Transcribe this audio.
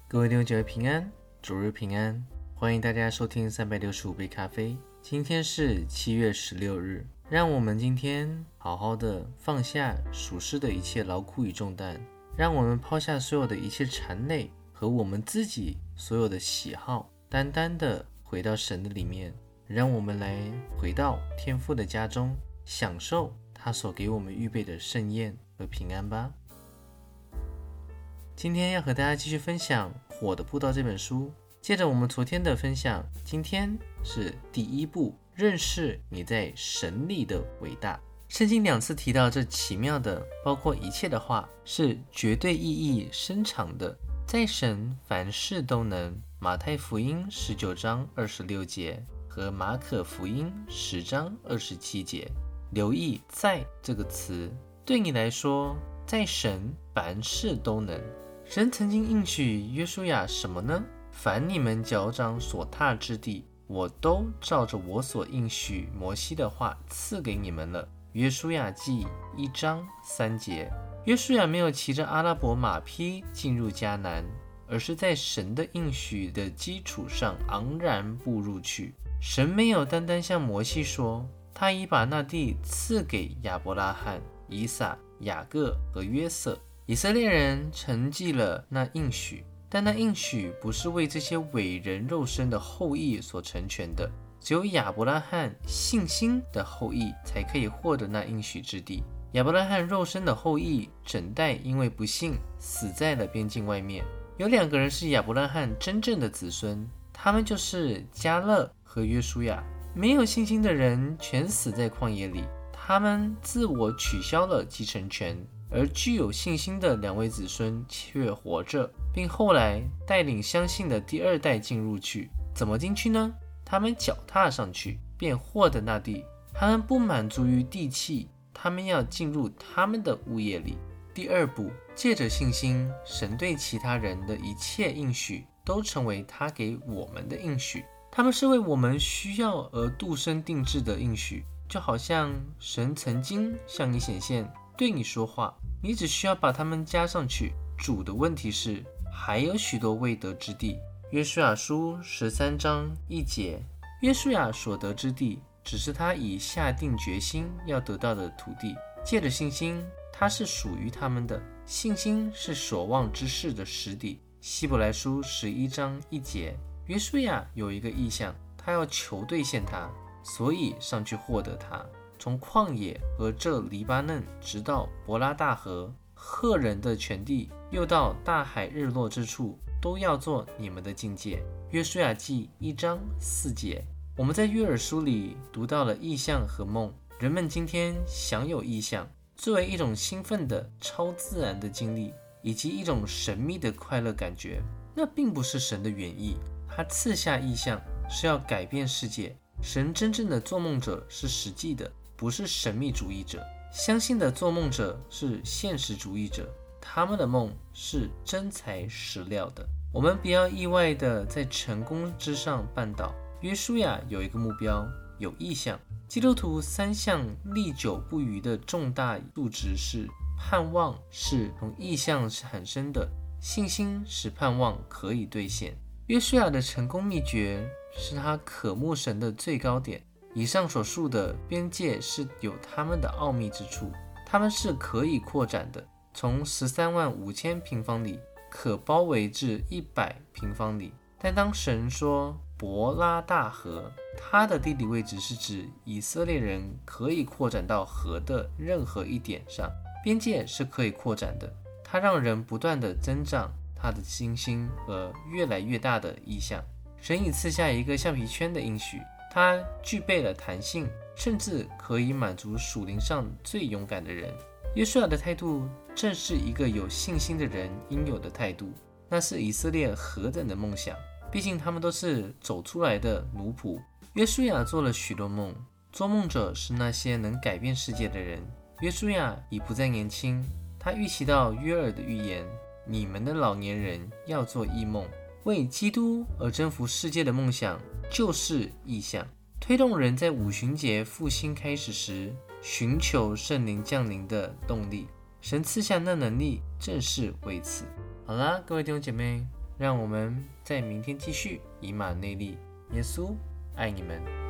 各位弟兄姐妹平安，主日平安，欢迎大家收听365杯咖啡。今天是7月16日，让我们今天好好的放下属世的一切劳苦与重担，让我们抛下所有的一切缠累和我们自己所有的喜好，单单的回到神的里面，让我们来回到天父的家中，享受他所给我们预备的盛宴和平安吧。今天要和大家继续分享《火的布道》这本书，接着我们昨天的分享，今天是第一步，认识你在神里的伟大。圣经2次提到这奇妙的包括一切的话，是绝对意义深长的，在神凡事都能。马太福音19章26节和马可福音10章27节。留意在这个词，对你来说，在神凡事都能。神曾经应许约书亚什么呢？凡你们脚掌所踏之地，我都照着我所应许摩西的话赐给你们了。约书亚记1章3节。约书亚没有骑着阿拉伯马匹进入迦南，而是在神的应许的基础上昂然步入去。神没有单单向摩西说，他已把那地赐给亚伯拉罕、以撒、雅各和约瑟。以色列人承继了那应许，但那应许不是为这些伟人肉身的后裔所成全的，只有亚伯拉罕信心的后裔才可以获得那应许之地。亚伯拉罕肉身的后裔整代因为不信死在了边境外面。有2个人是亚伯拉罕真正的子孙，他们就是迦勒和约书亚。没有信心的人全死在旷野里，他们自我取消了继承权，而具有信心的2位子孙却活着，并后来带领相信的第2代进入去。怎么进去呢？他们脚踏上去，便获得那地。他们不满足于地气，他们要进入他们的物业里。第2步，借着信心，神对其他人的一切应许都成为他给我们的应许。他们是为我们需要而度身定制的应许，就好像神曾经向你显现，对你说话，你只需要把它们加上去。主的问题是，还有许多未得之地。约书亚书13章1节。约书亚所得之地，只是他已下定决心要得到的土地。借着信心，它是属于他们的。信心是所望之事的实底。希伯来书11章1节。约书亚有一个意向，他要求兑现它，所以上去获得它。从旷野和这黎巴嫩，直到伯拉大河、赫人的全地，又到大海日落之处，都要做你们的境界。约书亚记1章4节。我们在约珥书里读到了意象和梦。人们今天享有意象，作为一种兴奋的超自然的经历，以及一种神秘的快乐感觉。那并不是神的原意，他赐下意象是要改变世界。神真正的做梦者是实际的，不是神秘主义者。相信的做梦者是现实主义者，他们的梦是真材实料的。我们不要意外的在成功之上绊倒。约书亚有一个目标，有意向。基督徒3项历久不渝的重大素质是：盼望是从意向产生的，信心使盼望可以兑现。约书亚的成功秘诀是他渴慕神的最高点。以上所述的边界是有他们的奥秘之处，他们是可以扩展的，从13万5千平方里可包围至100平方里。但当神说伯拉大河，它的地理位置是指以色列人可以扩展到河的任何一点上。边界是可以扩展的，它让人不断的增长他的信心和越来越大的意向。神已赐下一个橡皮圈的应许，它具备了弹性，甚至可以满足属灵上最勇敢的人。约书亚的态度正是一个有信心的人应有的态度。那是以色列何等的梦想，毕竟他们都是走出来的奴仆。约书亚做了许多梦，做梦者是那些能改变世界的人。约书亚已不再年轻，他预期到约珥的预言，你们的老年人要做异梦。为基督而征服世界的梦想就是意象，推动人在五旬节复兴开始时寻求圣灵降临的动力。神赐下那能力正是为此。好啦，各位弟兄姐妹， 让我们在明天继续以马内利。耶稣爱你们。